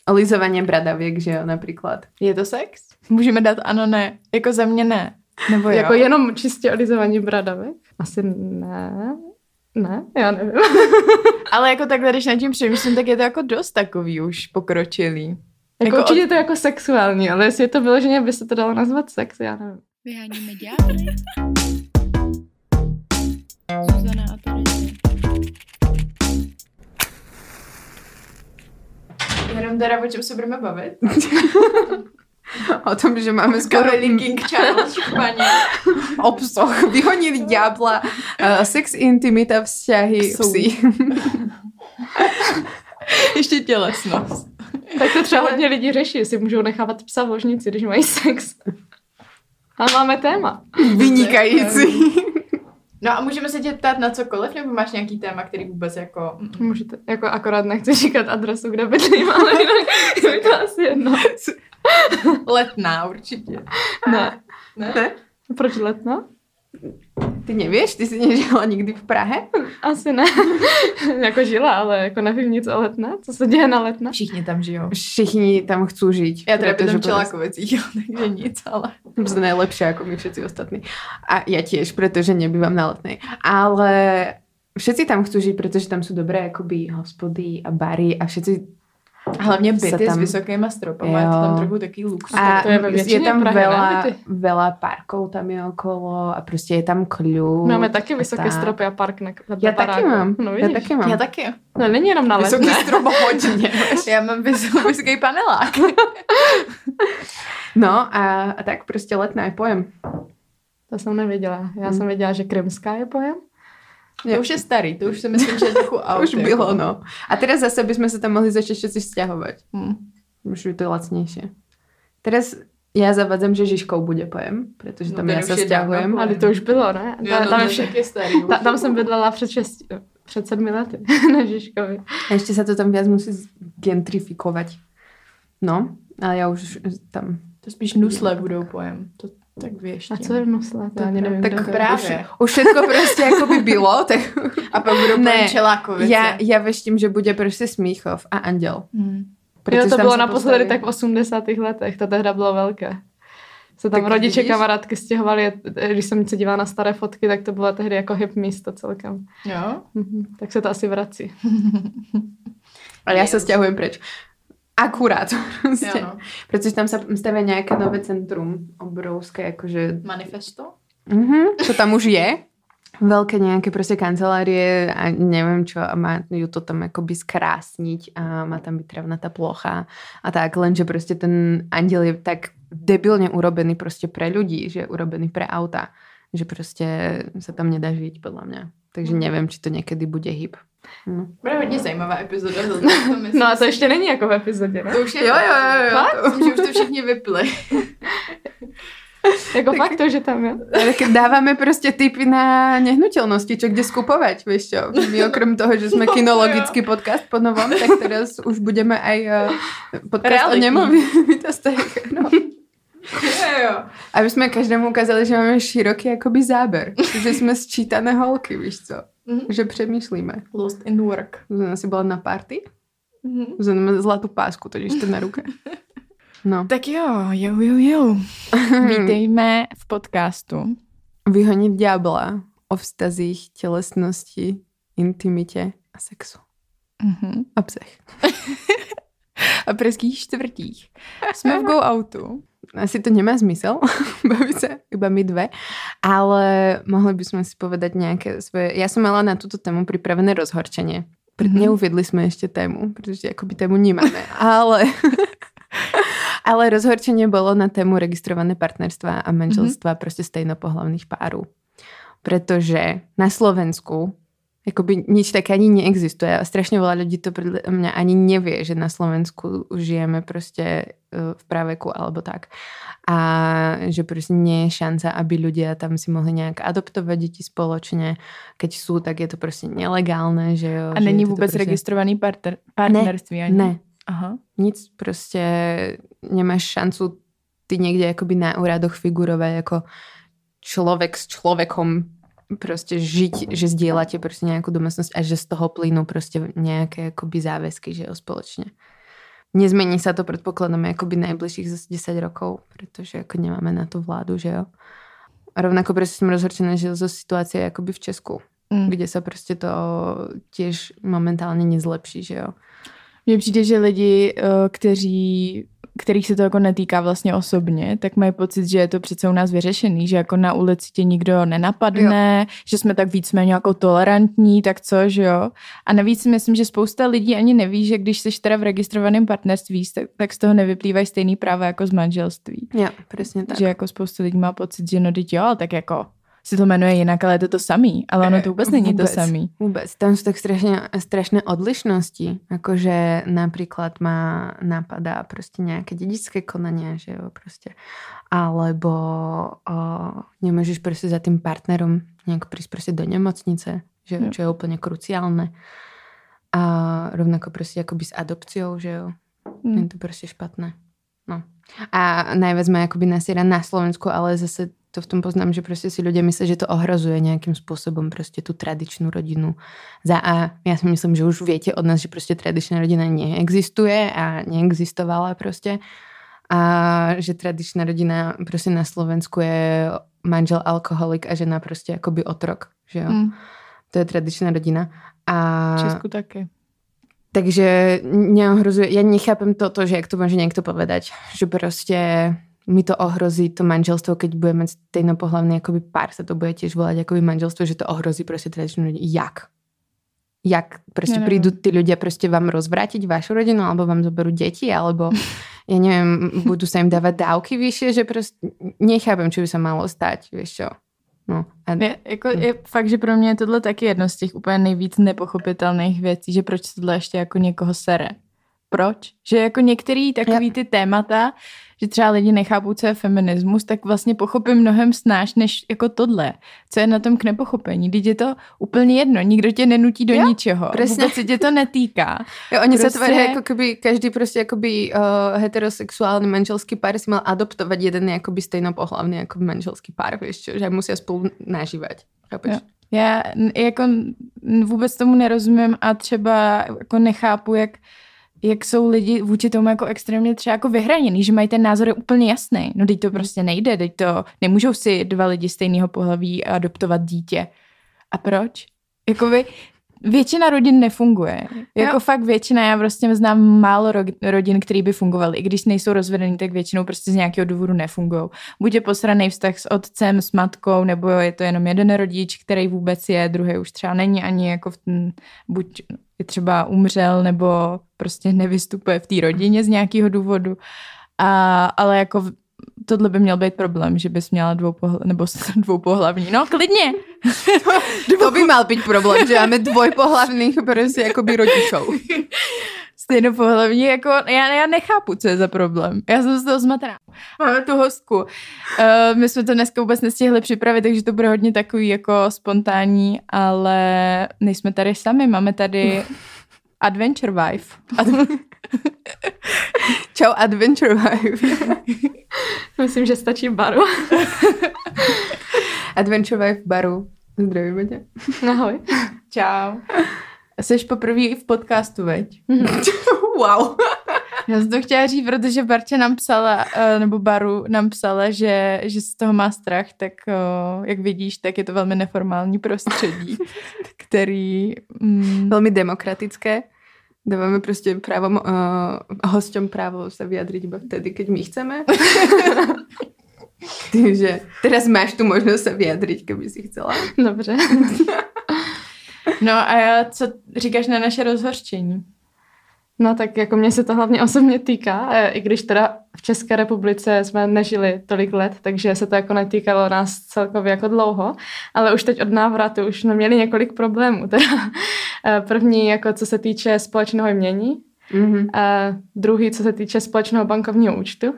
Olizovanie bradaviek, že jo, například. Je to sex? Můžeme dát ano, ne. Jako za mě ne. Nebo jo? Jako jenom čistě olizování bradavek? Asi ne. Ne, já nevím. Ale jako takhle, když nad tím přemýšlím, tak je to jako dost takový už pokročilý. Jako určitě to jako sexuální, ale jestli je to vyloženě, by se to dalo nazvat sex, já nevím. Vyháníme ďábly. Zuzana a Terezie. Jenom teda, o čem se budeme bavit? O tom, že máme skoro King Charles v Španě. obsah, vyhonit ďábla, sex, intimita, vzťahy, psy. Ještě tělesnost. Tak to třeba hodně lidí řeší, jestli můžou nechávat psa v ložnici, když mají sex. Ale máme téma. Vynikající. No a můžeme se tě ptát na cokoliv, nebo máš nějaký téma, který vůbec jako... Můžete, jako akorát nechci říkat adresu, kde bydlím, ale jinak je to asi jedno. Letná určitě. Ne. Ne? Proč Letná? Ty nevíš? Ty jsi nežila nikdy v Prahe? Asi ne. Jako žila, ale jako nevím nic o Letné. Co se děje na Letné? Všichni tam žijou. Všichni tam chcú žiť. Já teda pretože bydlím v Čelákovicích, takže nic, ale... Jsem najlepšia ako my všetci ostatní. A ja tiež, pretože nebývam na Letnej. Ale všetci tam chcú žiť, pretože tam sú dobré akoby hospody a bary a všetci hlavně byty tam... s vysokýma stropama, je to tam trochu taký luxus. A to je ve většině je tam Prahy, ne, veľa parkov tam je okolo a prostě je tam kľud. Máme taky vysoké stropy a park na Já taky mám. No, já taky mám. Já taky. No není jenom na Letné. Vysoký strop hodně. Já mám vysoký panelák. No a tak prostě Letná je pojem. To jsem nevěděla. Já jsem věděla, že Krymská je pojem. To už je starý, to už si myslím, že je trochu out. Už bylo, no. A teraz zase by sme sa tam mohli začať všetci sťahovať. Už je to lacnejšie. Teraz ja zavadzam, že Žižkou bude pojem, pretože tam ja sa sťahujem. Ale to už bylo, ne? Tam je všetky starý. Tam jsem bydlela před 7 lety na Žižkovi. A ešte sa to tam viac musí gentrifikovať. No, ale ja už tam... To spíš nusle budou pojem. To tak věštím. A co je nusle? To ani nevím. Tak právě. Už všetko prostě jako by bylo, tak... A pak budou pojem Čelákovice. Ja veštím, že bude prostě Smíchov a Anděl. Jo, to bylo naposledy tak v 80. letech, to tehda bylo velké. Se tam tak rodiče, vidíš? Kamarádky stěhovali, když jsem se dívala na staré fotky, tak to bylo tehdy jako hip místo celkem. Jo? Tak se to asi vrací. Ale já se stěhujem preč. Akurát prostě. Jo, no. Protože tam se stavia nějaké nové centrum, obrovské, jakože... Manifesto? To tam už je. Veľké nejaké proste kancelárie a neviem čo a má ju to tam akoby skrásniť a má tam byť travnatá plocha a tak, lenže proste ten Anděl je tak debilne urobený proste pre ľudí, že je urobený pre auta, že proste sa tam nedá žiť podľa mňa. Takže neviem, či to někdy bude hip. Bude hodně zajímavá epizoda. No a to ještě není jako v epizodě, ne? To už je jo. Myslím, že už to všichni vypli. Jako fakt to, že tam je. Tak dávame prostě tipy na nehnuteľnosti, čo kde skupovať, vieš čo. My okrem toho, že sme kinologický podcast po novom, tak teraz už budeme aj podcast o nemovitostech. No. Jo. Aby sme každému ukázali, že máme široký akoby záber. Že sme sčítané holky, víš co. Že přemýšlíme. Lost in work. Zuzana si byla na party. Zuzana má zlatou pásku, totiž to na ruke. No. Tak jo. Vítejme v podcastu. Vyhonit ďábla o vztazích, tělesnosti, intimitě a sexu. A psech. A pražských čtvrtích. Jsme v Go Outu. Asi to nemá zmysel, bavit se iba my dve, ale mohli by sme si povedať nejaké svoje... Ja som mala na túto tému pripravené rozhorčenie. Neuviedli sme ešte tému, pretože akoby tému nemáme, ale rozhorčenie bolo na tému registrované partnerstva a manželstva prostě stejnopohlavných párů. Pretože na Slovensku akoby nič také ani neexistuje a strašne veľa ľudí to podľa mňa ani nevie, že na Slovensku žijeme prostě v praveku alebo tak. A že prostě nie je šanca, aby ľudia tam si mohli nejak adoptovať deti spoločne. Keď sú, tak je to prostě nelegálne. Že jo, a není vůbec prostě... registrovaný partnerství ani? Ne. Aha. Nic, prostě nemáš šancu ty někde akoby na úradoch figurovať jako človek s človekom prostě žiť, že sdielate prostě nějakou domácnosť a že z toho plynú prostě nějaké akoby záväzky, že jo, spoločne. nezmení sa to, predpokladáme, akoby najbližších 10 rokov, pretože ako nemáme na to vládu, že jo. A rovnako proste som rozhorčená, že zo situácie akoby v Česku, kde sa proste to tiež momentálne nezlepší, že jo. Mně přijde, že lidi, kterých se to jako netýká vlastně osobně, tak mají pocit, že je to přece u nás vyřešený, že jako na ulici tě nikdo nenapadne, že jsme tak víceméně jako tolerantní, tak co, že jo. A navíc si myslím, že spousta lidí ani neví, že když jsi teda v registrovaném partnerství, tak z toho nevyplývají stejný práva jako z manželství. Jo, přesně tak. Že jako spousta lidí má pocit, že no teď jo, tak jako si to jmenuje jinak, ale je to samý. Ale ono to vůbec není to samý. Vůbec. Tam sú tak strašné odlišnosti. Akože napríklad ma napadá proste nejaké dedičské konania, že jo, proste. Alebo nemôžeš proste za tým partnerom nejak prísť proste do nemocnice, že jo, čo je úplne kruciálne. A rovnako proste akoby s adopciou, že jo. Je to proste špatné. No. A najviac ma akoby nasiera na Slovensku, ale zase to v tom poznám, že proste si ľudia myslia, že to ohrozuje nejakým spôsobom proste tú tradičnú rodinu. Ja si myslím, že už viete od nás, že proste tradičná rodina neexistuje a neexistovala proste. A že tradičná rodina proste na Slovensku je manžel alkoholik a žena proste akoby otrok. Že jo? To je tradičná rodina. A v Česku taky. Takže neohrozuje, ja nechápem toto, že jak to môže niekto povedať, že proste mi to ohrozí to manželstvo, keď budeme mať stejnopohlavný akoby pár, sa to bude tiež volať akoby manželstvo, že to ohrozí proste tradičnú rodinu. Jak proste prídu tí ľudia proste vám rozvrátiť vašu rodinu, alebo vám zoberú deti, alebo ja neviem, budú sa im dávať dávky vyššie, že proste nechápem, čo by sa malo stať, vieš čo. No. Je fakt, že pro mě je tohle taky jedno z těch úplně nejvíc nepochopitelných věcí, že proč tohle ještě jako někoho sere. Proč? Že jako některý takový ty témata, že třeba lidi nechápou, co je feminismus, tak vlastně pochopím mnohem snáš než jako tohle. Co je na tom k nepochopení? Když je to úplně jedno, nikdo tě nenutí do ničeho. Vůbec se tě to netýká. Jo, oni se tváří, jako keby každý prostě jakoby heterosexuální manželský pár si mal adoptovat jeden jakoby stejnopohlavný jako manželský pár, víš čo? Že musí spolu nažívat. Chápeš? Já jako vůbec tomu nerozumím a třeba jako nechápu, jak jsou lidi vůči tomu jako extrémně třeba jako vyhraněný, že mají ten názor je úplně jasný. No teď to prostě nejde, teď to nemůžou si dva lidi stejného pohlaví adoptovat dítě. A proč? Jakoby většina rodin nefunguje. Jako fakt většina, já prostě znám málo rodin, který by fungovaly. I když nejsou rozvedený, tak většinou prostě z nějakého důvodu nefungujou. Buď je posraný vztah s otcem, s matkou, nebo je to jenom jeden rodič, který vůbec je, druhý už třeba není ani jako buď je třeba umřel, nebo prostě nevystupuje v té rodině z nějakého důvodu. Ale jako tohle by měl být problém, že bys měla dvoupohlavní. No, klidně. To by mal být problém, že máme dvojpohlavných prostě jakoby rodičů. Stejnopohlavní, jako já nechápu, co je za problém. Já jsem z toho zmatená. Máme tu hostku. My jsme to dneska vůbec nestihli připravit, takže to bude hodně takový jako spontánní, ale nejsme tady sami, máme tady Adventure Wife. Čau Adventure Wife. Myslím, že stačí baru. Adventure Wife baru. Zdravíme tě. Ahoj. Čau. Jseš poprvé v podcastu, veď? Wow. Já jsem to chtěla říct, protože Barča nám psala, nebo Baru nám psala, že z toho má strach, tak jak vidíš, tak je to velmi neformální prostředí, který... Velmi demokratické. Dáváme prostě právo, hosťom právo se vyjadriť iba vtedy, keď my chceme. Takže teraz máš tu možnost se vyjadriť, keby si chcela. Dobře. No a co říkáš na naše rozhořčení? No tak jako mě se to hlavně osobně týká, i když teda v České republice jsme nežili tolik let, takže se to jako netýkalo nás celkově jako dlouho, ale už teď od návratu už jsme měli několik problémů. Teda první jako co se týče společného jmění, druhý co se týče společného bankovního účtu.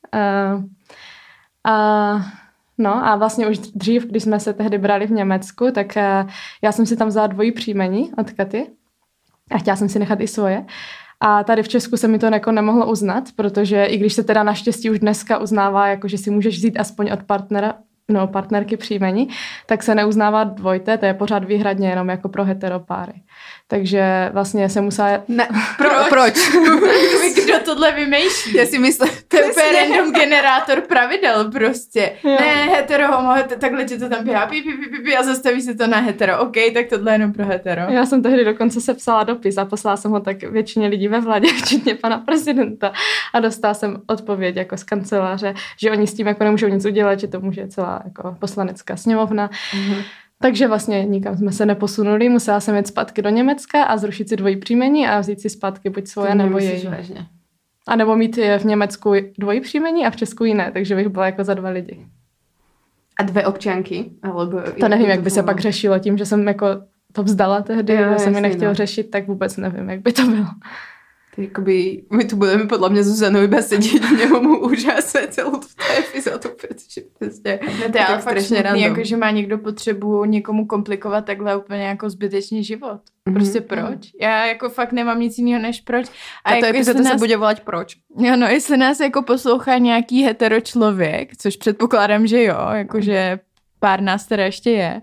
A vlastně už dřív, když jsme se tehdy brali v Německu, tak já jsem si tam vzala dvojí příjmení od Katy a chtěla jsem si nechat i svoje. A tady v Česku se mi to jako nemohlo uznat, protože i když se teda naštěstí už dneska uznává, jako že si můžeš vzít aspoň od partnera no, partnerky příjmení, tak se neuznává dvojité, to je pořád výhradně jenom jako pro heteropáry. Takže vlastně se musela... Ne, proč? Kdo tohle vymýšlí? Já si myslím, To je úplně random generátor pravidel prostě. Jo. Ne, hetero, homo, takhle ti to tam běhá, pi, a zastaví se to na hetero. OK, tak tohle je jenom pro hetero. Já jsem tehdy dokonce sepsala dopis a poslala jsem ho tak většině lidí ve vládě, včetně pana prezidenta. A dostala jsem odpověď jako z kanceláře, že oni s tím jako nemůžou nic udělat, že to může celá jako poslanecká sněmovna. Mm-hmm. Takže vlastně nikam jsme se neposunuli, musela jsem jet zpátky do Německa a zrušit si dvojí příjmení a vzít si zpátky buď svoje nebo její. A nebo mít v Německu dvojí příjmení a v Česku jiné, takže bych byla jako za 2 lidi. A 2 občanky? Alebo to nevím, jak by se pak řešilo tím, že jsem jako to vzdala tehdy, že jsem mi nechtěla řešit, tak vůbec nevím, jak by to bylo. Jakoby, my tu budeme podľa mňa Zuzanou iba sedieť v nehomu úžase celou túto epizódu, pretože prostě to je ale fakt smutný, jako, že má někdo potřebu někomu komplikovat takhle úplně jako zbytečný život. Prostě proč? Já jako fakt nemám nic jiného než proč. A to jako epizoda se bude volať proč. Jo, no, jestli nás jako poslouchá nějaký hetero člověk, což předpokládám, že jo, jakože pár nás teda ještě je.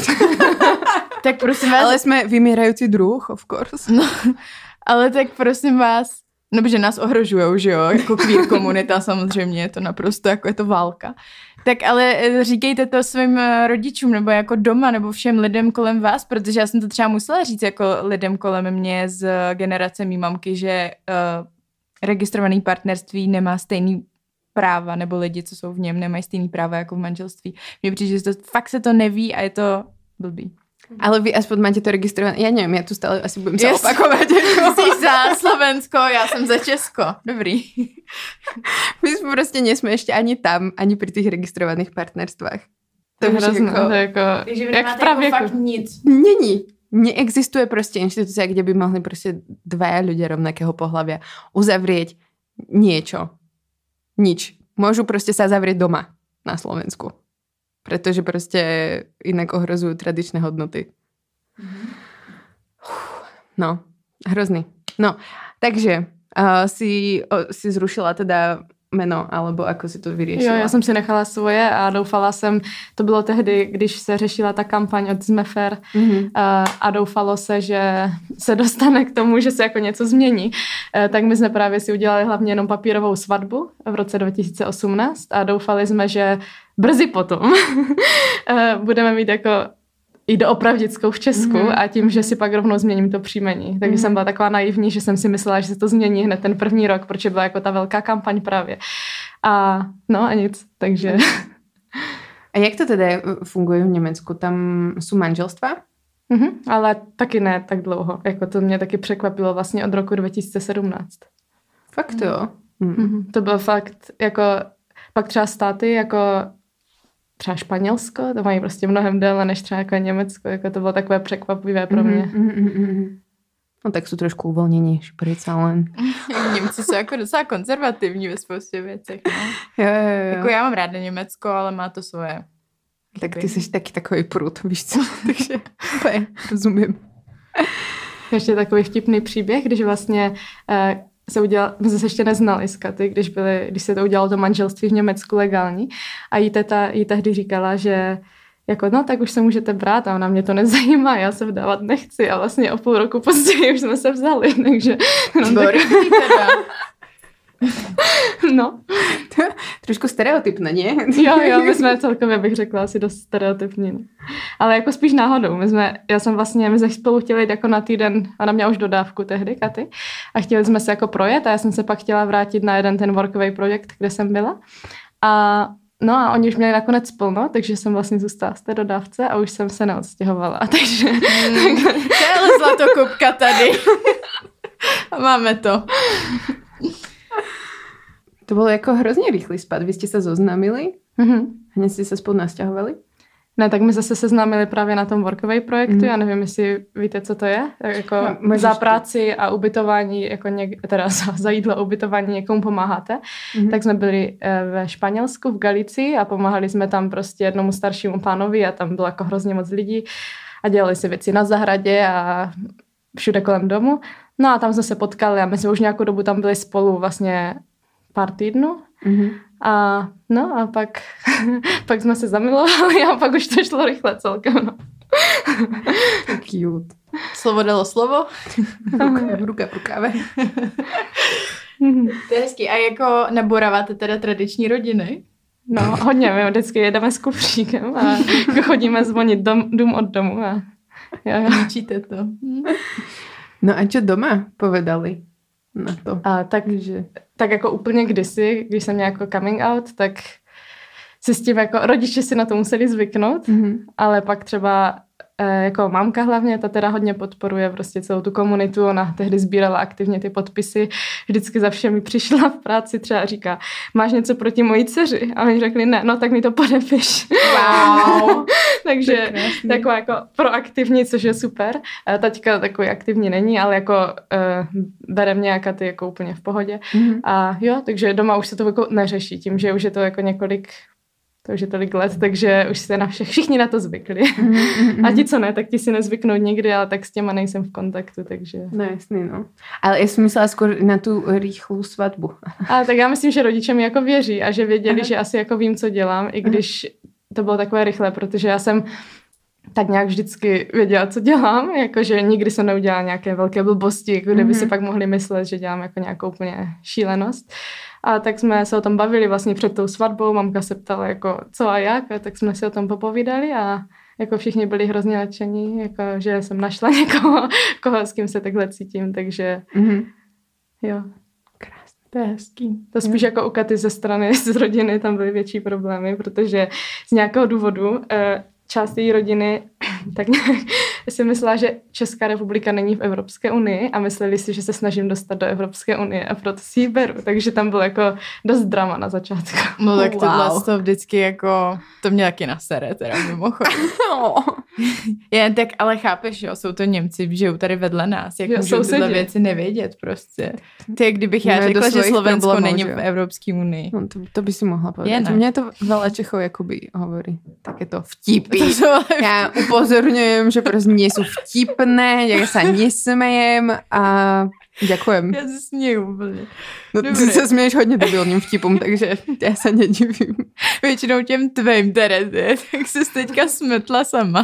Tak prosím vás... Ale jsme vymírající druh, of course. No, ale tak prosím vás, no protože nás ohrožujou, že jo, jako queer komunita samozřejmě, je to naprosto jako je to válka. Tak ale říkejte to svým rodičům, nebo jako doma, nebo všem lidem kolem vás, protože já jsem to třeba musela říct jako lidem kolem mě z generace mý mamky, že registrovaný partnerství nemá stejný práva, nebo lidi, co jsou v něm, nemají stejný práva jako v manželství. Mně přijde, že to fakt se to neví a je to blbý. Ale vy aspoň máte to registrované. Ja neviem, ja tu stále asi budem sa opakovať. Jsi za Slovensko, ja som za Česko. Dobrý. My sme proste nesme ešte ani tam, ani pri tých registrovaných partnerstvách. To je hrozné. Takže vy nemáte jako fakt nic. Není. Neexistuje proste inštitúcia, kde by mohli proste 2 ľudia rovnakého pohlavia uzavrieť niečo. Nič. Môžu proste sa zavrieť doma na Slovensku. Pretože proste inak ohrozujú tradičné hodnoty. No, hrozný. No, takže si zrušila teda jméno, alebo ako si to vyriešila? Jo, já jsem si nechala svoje a doufala jsem, to bylo tehdy, když se řešila ta kampaň od Zmefer a doufalo se, že se dostane k tomu, že se jako něco změní. Tak my jsme právě si udělali hlavně jenom papírovou svatbu v roce 2018 a doufali jsme, že brzy potom budeme mít jako i doopravdickou v Česku a tím, že si pak rovnou změním to příjmení. Takže jsem byla taková naivní, že jsem si myslela, že se to změní hned ten první rok, protože byla jako ta velká kampaň právě. A no a nic, takže... A jak to teda funguje v Německu? Tam jsou manželstva? Ale taky ne tak dlouho. Jako to mě taky překvapilo vlastně od roku 2017. Fakt jo? To bylo fakt jako... Pak třeba státy jako... třeba Španělsko, to mají prostě mnohem déle než třeba jako Německo, jako to bylo takové překvapivé pro mě. No tak jsou trošku uvolněnější, přece len. Němci jsou jako docela konzervativní ve spoustě věcech, no. Jo. Jako já mám ráda Německo, ale má to svoje. Tak ty jsi taky takový prut, víš co, takže rozumím. Ještě takový vtipný příběh, když vlastně my se ještě neznali s Katy, když se to udělalo to manželství v Německu legální a jí tehdy říkala, že jako no tak už se můžete brát a ona mě to nezajímá, já se vdávat nechci a vlastně o půl roku později už jsme se vzali, takže... No. Trošku stereotypné, ne? Jo, my jsme celkově, bych řekla, asi dost stereotypní. No. Ale jako spíš náhodou. My jsme spolu chtěli jít jako na týden, ona měla už dodávku tehdy, Katy, a chtěli jsme se jako projet a já jsem se pak chtěla vrátit na jeden ten workový projekt, kde jsem byla. A oni už měli nakonec plno, takže jsem vlastně zůstala z té dodávce a už jsem se neodstěhovala. Takže... To je ale zlatokopka tady. A máme to. To bylo jako hrozně rychlý spad. Vy jste se zoznámili? Hned jste se spolu nastěhovali? Ne, tak my zase seznámili právě na tom workovej projektu. Já nevím, jestli víte, co to je. Jako za práci a ubytování, jako teda za jídlo a ubytování někomu pomáháte. Tak jsme byli ve Španělsku, v Galicii a pomáhali jsme tam prostě jednomu staršímu pánovi a tam bylo jako hrozně moc lidí a dělali si věci na zahradě a všude kolem domu. No a tam jsme se potkali a my jsme už nějakou dobu tam byli spolu vlastně pár týdnů. A pak jsme se zamilovali a pak už to šlo rychle celkem. No. Cute. Slovo dalo slovo. Ruka v rukáve. To je hezký. A jako naboráváte teda tradiční rodiny? No, hodně. My vždycky jedeme s kufříkem a chodíme zvonit dům od domu. A Učíte to. No a čo doma povedali na to? A tak jako úplně kdysi, když jsem měla jako coming out, tak si s tím jako rodiče si na to museli zvyknout, ale pak třeba jako mámka hlavně, ta teda hodně podporuje prostě celou tu komunitu, ona tehdy sbírala aktivně ty podpisy, vždycky za všemi přišla v práci třeba a říká, máš něco proti mojí dceři? A oni řekli, ne, no tak mi to podepiš. Wow. Takže taková jako proaktivní, což je super. Taťka takový aktivní není, ale jako bere mě a Katy jako úplně v pohodě. A jo, takže doma už se to jako neřeší tím, že už je to jako tolik let, takže už se všichni na to zvykli. A ti, co ne, tak ti si nezvyknou nikdy, ale tak s těma nejsem v kontaktu, takže... No jasný, no. Ale já jsem myslela skôr na tu rýchlou svatbu. A tak já myslím, že rodiče mi jako věří a že věděli, že asi jako vím, co dělám, i když to bylo takové rychle, protože já jsem tak nějak vždycky věděla, co dělám, jakože nikdy jsem neudělala nějaké velké blbosti, kde by si pak mohli myslet, že dělám jako nějakou úplně šílenost. A tak jsme se o tom bavili vlastně před tou svatbou, mamka se ptala jako co a jak, a tak jsme si o tom popovídali a jako všichni byli hrozně nadšení, jako že jsem našla někoho, s kým se takhle cítím, takže jo. Krásný. To je hezký. To spíš jako u Katy ze strany, z rodiny, tam byly větší problémy, protože z nějakého důvodu část její rodiny tak nějak si myslela, že Česká republika není v Evropské unii a mysleli si, že se snažím dostat do Evropské unie a proto si ji beru. Takže tam bylo jako dost drama na začátku. No tak tohle to vždycky jako, to mě taky nasere teda mimochodem. Jen tak, ale chápeš, jo, jsou to Němci, žijou tady vedle nás, jak můžou tyhle věci nevědět prostě. Ty, kdybych já řekla, že Slovensko není v Evropské unii. No, to by si mohla povedať. Mne to veľa Čechov jakoby hovorí. Takéto vtipy. Ja upozorňujem, že prostě nie sú vtipné, ja sa nesmejem a ďakujem. Já se směju úplně. No, ty se směješ hodně debilním vtipům, takže já se nedivím. Většinou těm tvým, Terezie, tak jsi teďka smetla sama.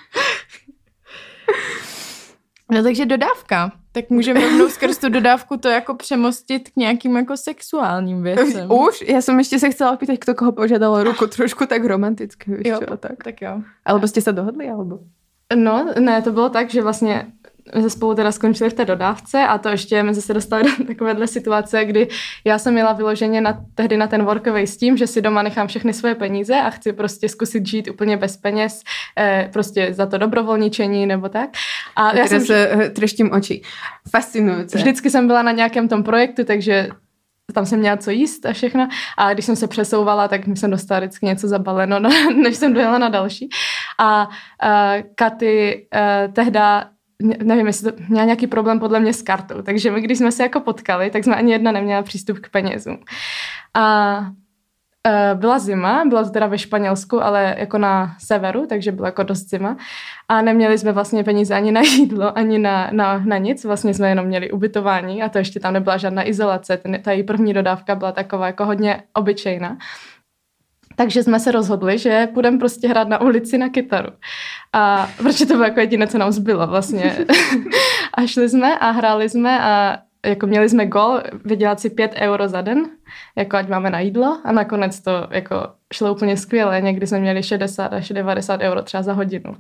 No takže dodávka. Tak můžeme rovnou skrz tu dodávku to jako přemostit k nějakým jako sexuálním věcem. Už? Já jsem ještě se chcela opýtať, kto koho požádal ruku, trošku tak romanticky, víš jo, čo, tak jo. Alebo jste se dohodli, alebo? No, ne, to bylo tak, že vlastně my se spolu teda skončili v té dodávce a to ještě my se dostali do takovéhle situace, kdy já jsem jela vyloženě tehdy na ten workaway s tím, že si doma nechám všechny svoje peníze a chci prostě zkusit žít úplně bez peněz, prostě za to dobrovolničení nebo tak. A já jsem se treštím oči. Fascinující. Vždycky jsem byla na nějakém tom projektu, takže tam jsem měla co jíst a všechno. A když jsem se přesouvala, tak jsem dostala vždycky něco zabaleno, než jsem dojela na další. A Katy tehda nevím, jestli to měla nějaký problém podle mě s kartou, takže my, když jsme se jako potkali, tak jsme ani jedna neměla přístup k penězům. A byla zima, bylo to teda ve Španělsku, ale jako na severu, takže bylo jako dost zima. A neměli jsme vlastně peníze ani na jídlo, ani na nic, vlastně jsme jenom měli ubytování a to ještě tam nebyla žádná izolace. Ta její první dodávka byla taková jako hodně obyčejná. Takže jsme se rozhodli, že půjdeme prostě hrát na ulici na kytaru. A protože to bylo jako jediné, co nám zbylo vlastně. A šli jsme a hráli jsme a jako měli jsme gol, vydělat si 5 euro za den, jako ať máme na jídlo a nakonec to jako šlo úplně skvěle. Někdy jsme měli 60 až 90 euro třeba za hodinu.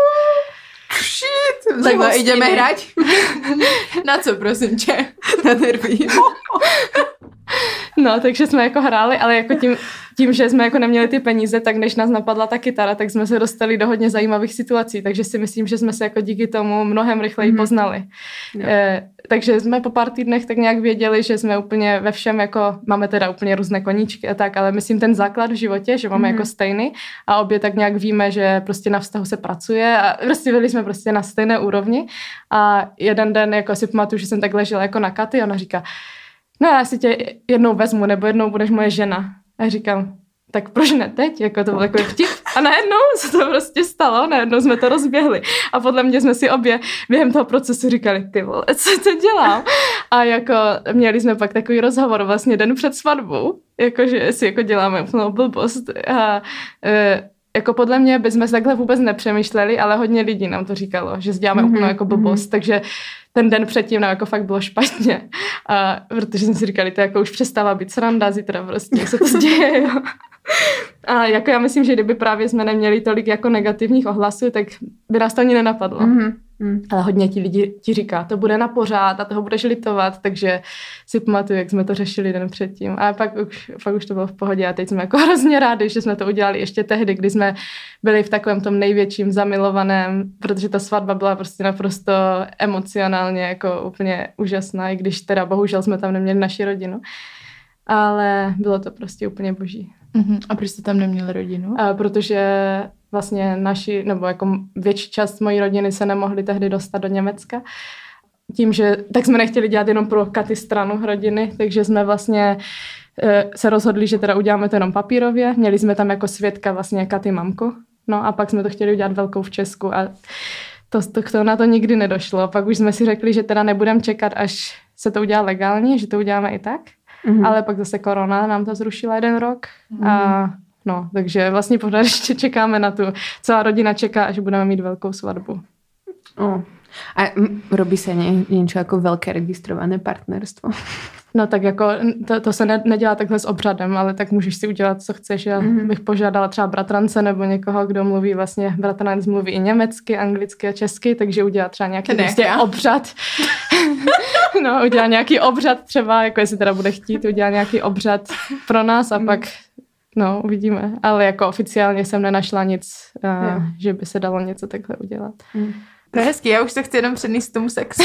Shit! Tak no, ideme hrať. Na co, prosím tě? Na nervy. No, takže jsme jako hráli, ale jako tím, že jsme jako neměli ty peníze, tak než nás napadla ta kytara, tak jsme se dostali do hodně zajímavých situací, takže si myslím, že jsme se jako díky tomu mnohem rychleji poznali. Takže jsme po pár týdnech tak nějak věděli, že jsme úplně ve všem jako, máme teda úplně různé koníčky a tak, ale myslím ten základ v životě, že máme jako stejný a obě tak nějak víme, že prostě na vztahu se pracuje a prostě byli jsme prostě na stejné úrovni a jeden den jako si pamatuju, že jsem tak ležela jako na Katy a ona říká, no já si tě jednou vezmu, nebo jednou budeš moje žena. A říkám, tak proč ne teď? Jako to bylo jako vtip. A najednou se to prostě stalo, najednou jsme to rozběhli. A podle mě jsme si obě během toho procesu říkali, ty vole, co to dělám? A jako měli jsme pak takový rozhovor vlastně den před svatbou, jakože si jako děláme úplnou blbost. A jako podle mě bychom se takhle vůbec nepřemýšleli, ale hodně lidí nám to říkalo, že děláme úplnou jako blbost, takže ten den předtím nám jako fakt bylo špatně. A protože jsme si říkali, to jako už přestává být sranda, zítra prostě se to děje, jo. A jako já myslím, že kdyby právě jsme neměli tolik jako negativních ohlasů, tak by nás to ani nenapadlo. Ale hodně ti lidi ti říká, to bude na pořád a toho budeš litovat, takže si pamatuju, jak jsme to řešili den předtím. A pak už to bylo v pohodě a teď jsme jako hrozně rádi, že jsme to udělali ještě tehdy, kdy jsme byli v takovém tom největším zamilovaném, protože ta svatba byla prostě naprosto emocionálně jako úplně úžasná, i když teda bohužel jsme tam neměli naši rodinu. Ale bylo to prostě úplně boží. A proč jste tam neměli rodinu? Protože vlastně nebo jako větší část mojí rodiny se nemohli tehdy dostat do Německa. Tím, že tak jsme nechtěli dělat jenom pro Katy stranu rodiny, takže jsme vlastně se rozhodli, že teda uděláme to jenom papírově. Měli jsme tam jako svědka vlastně Katy mamku. No a pak jsme to chtěli udělat velkou v Česku a to na to nikdy nedošlo. Pak už jsme si řekli, že teda nebudeme čekat, až se to udělá legálně, že to uděláme i tak. Ale pak zase korona nám to zrušila 1 rok. A no, takže vlastně pořád ještě čekáme na tu, celá rodina čeká, až budeme mít velkou svatbu. A robí se něco jako velké registrované partnerstvo? No tak jako to se nedělá takhle s obřadem, ale tak můžeš si udělat, co chceš. Já bych požádala třeba bratrance nebo někoho, kdo mluví vlastně, bratranec mluví i německy, anglicky a česky, takže udělá třeba nějaký prostě obřad. No, udělá nějaký obřad třeba, jako jestli teda bude chtít, udělá nějaký obřad pro nás a pak no, uvidíme. Ale jako oficiálně jsem nenašla nic, že by se dalo něco takhle udělat. To je hezký, já už to chci jenom přednést tomu sexu.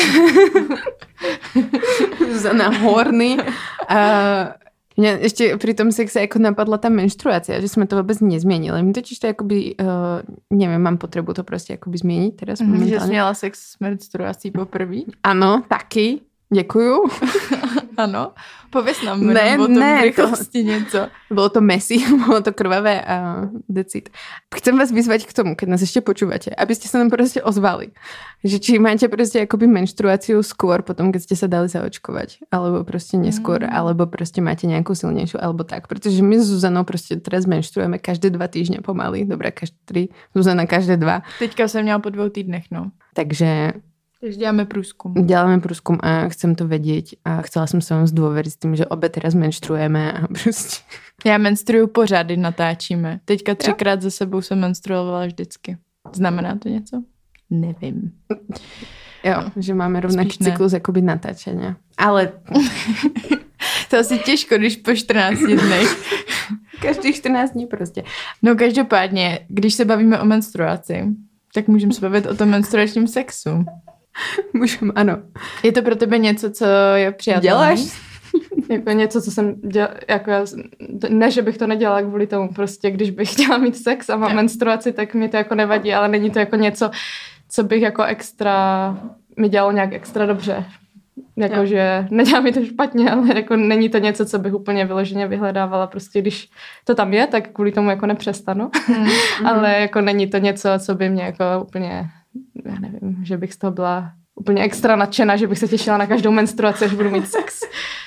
Zuzana Horny. Mňa ešte pri tom sexe jako napadla tá menštruácia, že sme to vôbec nezmienili. My totiž to akoby, neviem, mám potrebu to proste akoby zmieniť teraz momentálne. Že směla sex s menstruací poprvé? Ano, taky. Děkuju. Ano. Pověz nám o tom v rychlosti něco. Bylo to messy, bylo to krvavé a decid. Chcem vás vyzvať k tomu, keď nás ešte počúvate, aby ste sa nám proste ozvali. Že či máte proste akoby menštruáciu skôr potom, keď ste sa dali zaočkovať, alebo proste neskôr, alebo proste máte nejakú silnejšiu, alebo tak. Pretože my s Zuzanou proste teraz menštruujeme každé 2 týždne pomaly. Dobré, každé 3. Zuzana každé 2. Teďka jsem měla po 2 týdnech, no. Takže děláme průzkum. Děláme průzkum a chcem to vědět a chcela jsem se vám zdôveriť s tím, že obě teraz menštruujeme a prostě. Já menstruuju pořád, když natáčíme. Teďka 3krát za sebou jsem menstruovala vždycky. Znamená to něco? Nevím. Jo, že máme rovnaký cyklus jakoby natáčenia. Ale to asi těžko, když po 14 dnech. Každých 14 dní prostě. No každopádně, když se bavíme o menstruaci, tak můžeme se bavit o tom menstruačním sexu. Můžeme, ano. Je to pro tebe něco, co je přijatelné? Děláš? Jako něco, co jsem dělala, jako ne, že bych to nedělala kvůli tomu, prostě když bych chtěla mít sex a mám menstruaci, tak mi to jako nevadí, ale není to jako něco, co bych jako extra, mi dělalo nějak extra dobře. Jakože nedělá mi to špatně, ale jako není to něco, co bych úplně vyloženě vyhledávala. Prostě když to tam je, tak kvůli tomu jako nepřestanu. Ale jako není to něco, co by mě jako úplně, já nevím, že bych z toho byla úplně extra nadšená, že bych se těšila na každou menstruaci, až budu mít sex.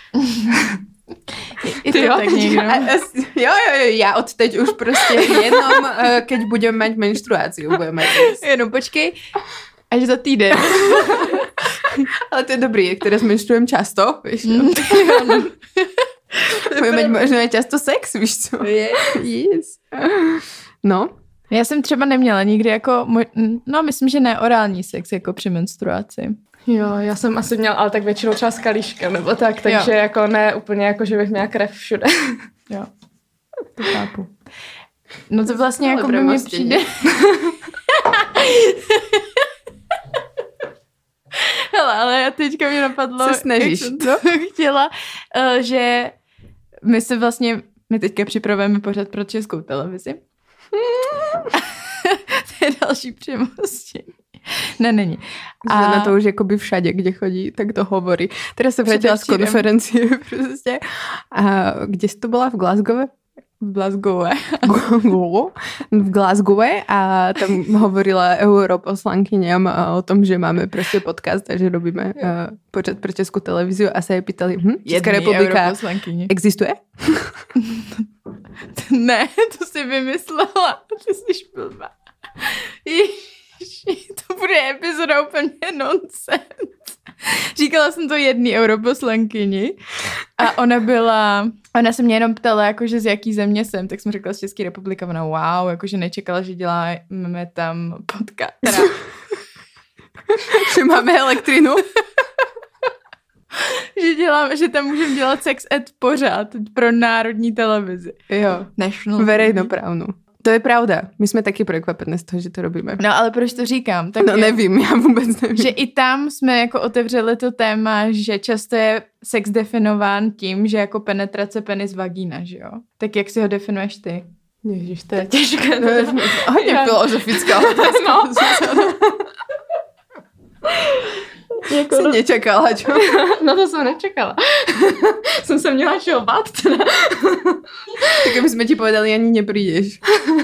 Ty jo, tak někdo. Jo, já od teď už prostě jenom, keď budeme mať menštruáciu, budeme mať sex. Jenom počkej, až za týden. Ale to je dobrý, které menštruujem často, víš co? Budeme mať možná aj často sex, víš co? Yes. No. Já jsem třeba neměla nikdy jako, no myslím, že ne orální sex jako při menstruaci. Jo, já jsem asi měla, ale tak většinou třeba s kalíškem nebo tak, takže jako ne úplně jako, že bych měla krev všude. Jo, to chápu. No to vlastně jako by mi přijde. Hele, ale já teďka mě napadlo, se snažíš, co? Chtěla, že my teďka připravujeme pořad pro Českou televizi. To je další přemostění. Ne, není. A na to už jakoby všade, kde chodí, tak to hovorí. Teraz se vrátila z konferencie prostě. A kde jsi to byla? V Glasgow? v Glasgowe. v Glasgowe a tam hovorila europoslankyňam o tom, že máme prostě podcast a že robíme pořad pro Českou televizi a se je pýtali, Česká republika existuje? Ne, to si vymyslela. Ty jsi blbá. Ježiši, to bude epizoda úplně nonsense. Říkala jsem to jedný europoslankyni a ona se mě jenom ptala, jakože z jaký země jsem, tak jsem řekla z České republiky, ona wow, jakože nečekala, že děláme tam podcast. Že máme elektrinu. že tam můžeme dělat sex ed pořád pro národní televizi. Jo, verejnoprávnu. To je pravda. My jsme taky prekvapené z toho, že to robíme. No ale proč to říkám? Tak nevím, já vůbec nevím. Že i tam jsme jako otevřeli to téma, že často je sex definován tím, že jako penetrace penis vagína, že jo? Tak jak si ho definuješ ty? Ježiš, to je těžké. Hodně filozofická otázka. Jako jsi nečekala, čo? No to jsem nečekala. Jsem se měla čeho bát teda. Tak aby jsme ti povedali, ani neprídeš.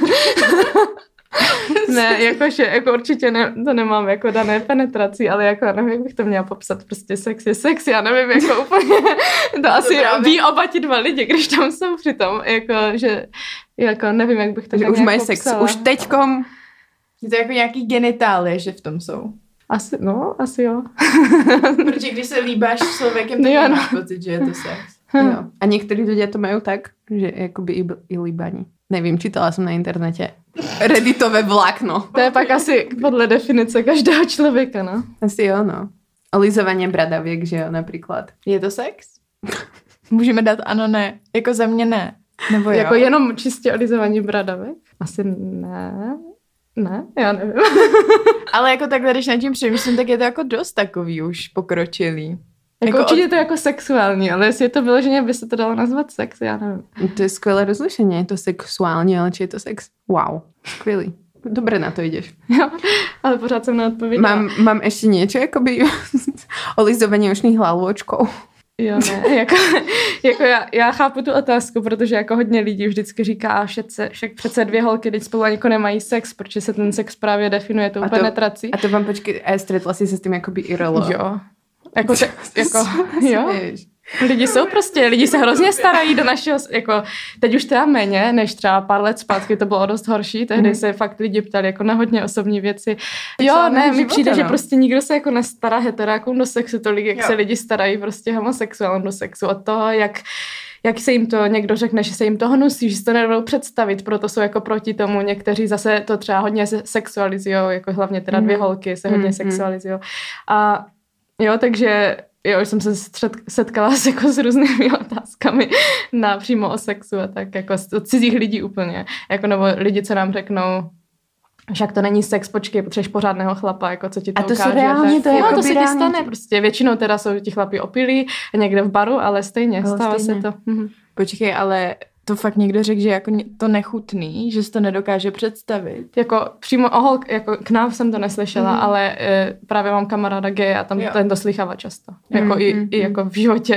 Ne, jako určitě to nemám jako dané penetrací, ale jako nevím, jak bych to měla popsat, prostě sex je sex, já nevím, jako úplně, to asi ví oba ti dva lidi, když tam jsou přitom, jako, že jako nevím, jak bych to že už mají sex, už teďkom. Je to jako nějaký genitálie, že v tom jsou. Asi jo. Protože když se líbáš s člověkem, tak máš pocit, že je to sex. Jo. A někteří lidé to mají tak, že jakoby i líbaní. Nevím, čítala jsem na internete. Redditové vlákno. To je pak asi podle definice každého člověka, no. Asi jo, no. Olizovanie bradaviek, že jo, například. Je to sex? Můžeme dát ano, ne. Jako za mě ne. Nebo jo? Jako jenom čistě olizování bradavek? Asi ne. Ne, já nevím. Ale jako takhle, když nad tím přemýšlím, tak je to jako dost takový už pokročilý. Jako určitě to je jako sexuální, ale jestli je to vyloženě, by se to dalo nazvat sex, já nevím. To je skvělé rozlišení, je to sexuální, ale či je to sex? Wow, skvělý. Dobře na to jdeš. Jo, ale pořád jsem neodpověděla. Mám ještě něco, jakoby olizovanie ušných hlavôčkov. Jo, ne, jako já chápu tu otázku, protože jako hodně lidí vždycky říká, však přece dvě holky teď spolu jako nemají sex, protože se ten sex právě definuje tou penetrací. A to vám počkej, stretla si se s tím jakoby IRL. Jo. Jo. Lidi se hrozně starají do našeho, jako teď už teda méně, než třeba pár let zpátky, to bylo dost horší, tehdy se fakt lidi ptali jako na hodně osobní věci. Jo, ne, mi přijde, že prostě nikdo se jako nestará heterákům do sexu tolik, jak se lidi starají prostě homosexuálům do sexu. Od toho, jak se jim to někdo řekne, že se jim to hnusí, že si to nedovedou představit, proto jsou jako proti tomu. Někteří zase to třeba hodně sexualizujou, jako hlavně teda dvě holky se hodně sexualizujou. A jo, takže jo, jsem se setkala jako s různými otázkami přímo o sexu a tak jako od cizích lidí úplně. Jako, nebo lidi, co nám řeknou, však to není sex, počkej, potřebuješ pořádného chlapa, jako co ti to ukáže. A to se reálně to to se ti stane prostě. Většinou teda jsou ti chlapi opilí někde v baru, ale stejně, stává se to. Počkej, ale to fakt někdo řekl, že jako to nechutný, že si to nedokáže představit. Jako přímo jako k nám jsem to neslyšela, ale právě mám kamaráda gay a tam ten to slychává často. Jako i jako v životě.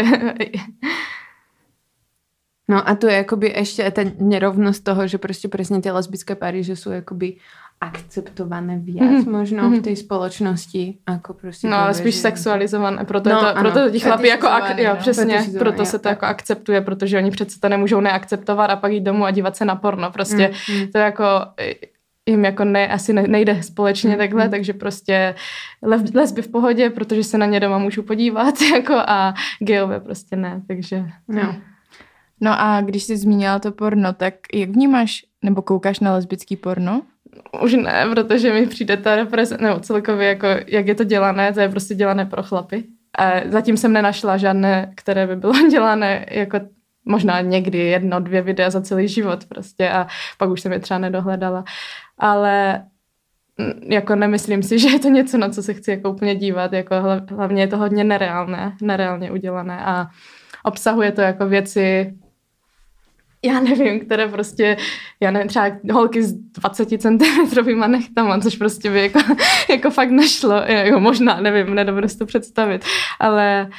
No a tu je jakoby ještě ta nerovnost toho, že prostě přesně ty lesbické páry, že jsou jakoby akceptované viac možno v té společnosti, jako prostě. No ale spíš sexualizované, proto ti chlapi jako přesně, proto se to jako akceptuje, protože oni přece to nemůžou neakceptovat a pak jít domů a dívat se na porno, prostě to jako jim jako asi nejde společně takhle, takže prostě lesby v pohodě, protože se na ně doma můžu podívat jako a gayové prostě ne, takže No a když jsi zmínila to porno, tak jak vnímáš nebo koukáš na lesbický porno? Už ne, protože mi přijde ta nebo celkově jako, jak je to dělané, to je prostě dělané pro chlapy. A zatím jsem nenašla žádné, které by bylo dělané jako možná někdy 1-2 videa za celý život prostě a pak už jsem je třeba nedohledala. Ale jako nemyslím si, že je to něco, na co se chci jako úplně dívat, jako hlavně je to hodně nereálně udělané a obsahuje to jako věci, já nevím, které prostě, třeba holky s 20 centimetrovýma nechtama, což prostě by jako fakt nešlo, jako možná, nevím, nedovedu si to představit, ale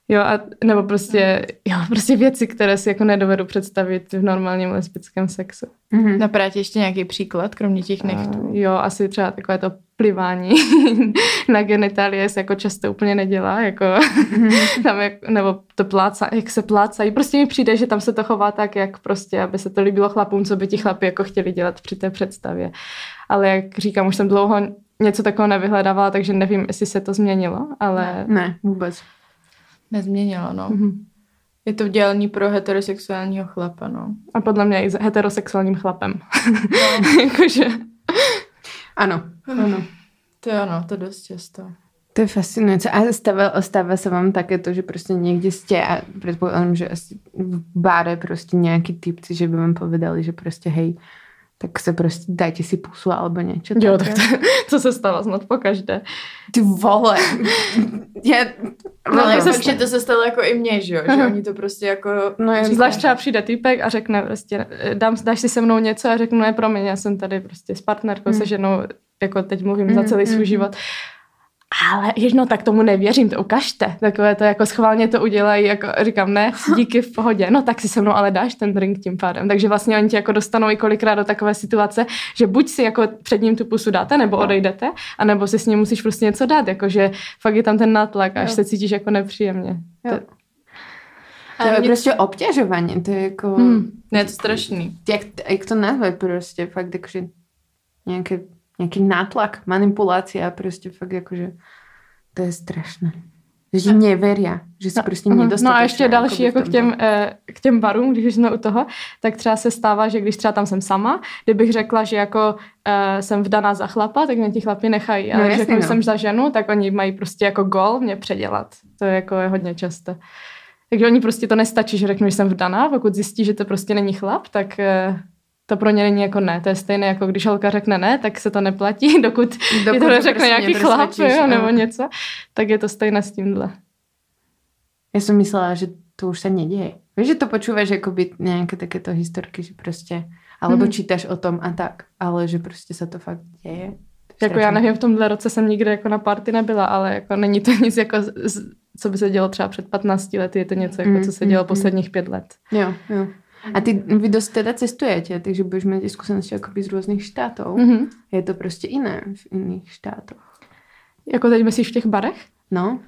Jo, nebo prostě věci, které si jako nedovedu představit v normálním lesbickém sexu. Napadá ti ještě nějaký příklad, kromě těch nechtů? Jo, asi třeba takové to plivání na genitálie se jako často úplně nedělá, jako tam nebo to jak se plácají. Prostě mi přijde, že tam se to chová tak, jak prostě, aby se to líbilo chlapům, co by ti chlapi jako chtěli dělat při té představě. Ale jak říkám, už jsem dlouho něco takového nevyhledávala, takže nevím, jestli se to změnilo, ale... Ne, vůbec. Nezměnilo, no. Je to dělní pro heterosexuálního chlapa, no. A podle mě i s heterosexuálním chlapem. Jakože... Ano. To je ono, to dost často. To je fascinující. A stává se vám také to, že prostě někde jste a předpokládám, že asi v báre prostě nějaký typci, že by vám povedali, že prostě hej, tak se prostě dajte si pusu alebo niečo. Jo, tak to se stalo snad pokaždé. Ty vole. Ale že to se stalo jako i mně, že jo? Že oni to prostě jako... No, zvlášť třeba přijde týpek a řekne prostě, dáš si se mnou něco a řeknu, ne, promiň, já jsem tady prostě s partnerkou, se ženou, jako teď mluvím za celý svůj život. Ale no tak tomu nevěřím, to ukažte. Takové to jako schválně to udělají, jako říkám, ne, díky, v pohodě. No tak si se mnou ale dáš ten drink tím pádem. Takže vlastně oni ti jako dostanou i kolikrát do takové situace, že buď si jako před ním tu pusu dáte, nebo odejdete, anebo si s ním musíš prostě něco dát, jakože fakt je tam ten nátlak, až se cítíš jako nepříjemně. To je prostě obťažování, to je jako... Ne, to strašný. Jak to nazvat prostě, fakt jakože nějaký nátlak, manipulácia, prostě fakt jakože to je strašné. Že neveria, že se prostě nedostatečná. No a ještě další jako k těm barům, když jsme u toho, tak třeba se stává, že když třeba tam jsem sama, kdybych řekla, že jako jsem vdaná za chlapa, tak mě ti chlapi nechají. Ale když jsem za ženu, tak oni mají prostě jako gól mě předělat. To je jako hodně často. Takže oni prostě to nestačí, že řeknu, že jsem vdaná, pokud zjistí, že to prostě není chlap, tak to pro ně není jako ne. To je stejné, jako když holka řekne ne, tak se to neplatí, dokud to neřekne prostě nějaký chlap, jo, nebo něco, tak je to stejné s tímhle. Já jsem myslela, že to už se neděje. Víš, že to počúvaš jakoby nějaké takéto historky, že prostě, alebo čítaš o tom a tak, ale že prostě se to fakt děje. Jako já nevím, v tomhle roce jsem nikdy jako na party nebyla, ale jako není to nic jako, co by se dělo třeba před 15 lety, je to něco jako, co se dělo posledních 5 let. Jo. A vy dost teda cestujete, takže budeš mít zkušenosti jakoby z různých štátů. Je to prostě jiné v jiných štátech. Jako teď myslíš v těch barech? No.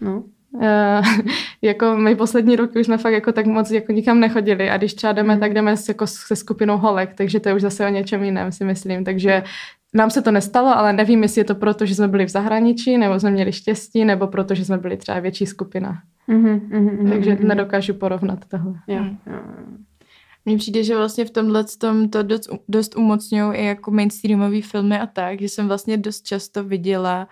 Jako my poslední roky už jsme fakt jako tak moc jako nikam nechodili a když třeba jdeme, tak jdeme jako se skupinou holek, takže to je už zase o něčem jiném, si myslím. Takže nám se to nestalo, ale nevím, jestli je to proto, že jsme byli v zahraničí, nebo jsme měli štěstí, nebo proto, že jsme byli třeba větší skupina. Takže nedokážu porovnat tohle. Jo. Mně přijde, že vlastně v tomhle to dost umocňují i jako mainstreamové filmy a tak, že jsem vlastně dost často viděla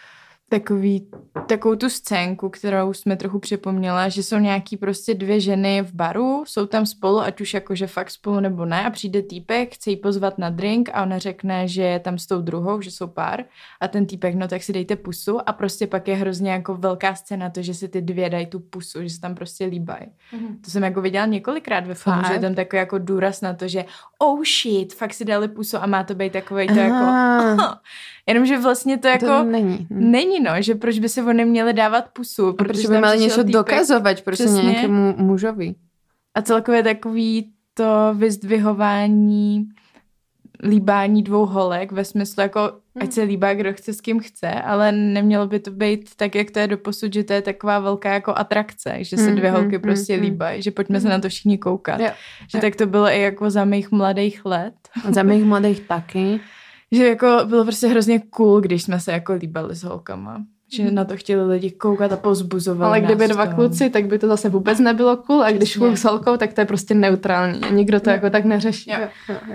takovou tu scénku, kterou jsme trochu připomněla, že jsou nějaký prostě 2 ženy v baru, jsou tam spolu, ať už jakože fakt spolu nebo ne, a přijde týpek, chce jí pozvat na drink a ona řekne, že je tam s tou druhou, že jsou pár a ten týpek, no tak si dejte pusu a prostě pak je hrozně jako velká scéna to, že si ty 2 dají tu pusu, že se tam prostě líbají. To jsem jako viděla několikrát ve filmu, že je tam takový jako důraz na to, že oh shit, fakt si dali pusu a má to být takovej to jako jenomže vlastně to jako to není, no, že proč by se oni měli dávat pusu, protože by měli něco dokazovat prostě nějakému mužovi. A celkově takový to vyzdvihování líbání 2 holek ve smyslu jako ať se líbá, kdo chce s kým chce, ale nemělo by to být tak, jak to je doposud, že to je taková velká jako atrakce, že se 2 holky prostě líbají, že pojďme se na to všichni koukat. Že tak to bylo i jako za mých mladých let. Za mých mladých taky. Že jako bylo prostě hrozně cool, když jsme se jako líbali s holkama. Že na to chtěli lidi koukat a povzbuzovali. Ale kdyby 2 kluci, tak by to zase vůbec nebylo cool. A když kluk s holkou, tak to je prostě neutrální. Nikdo to jako tak neřeší. Jo.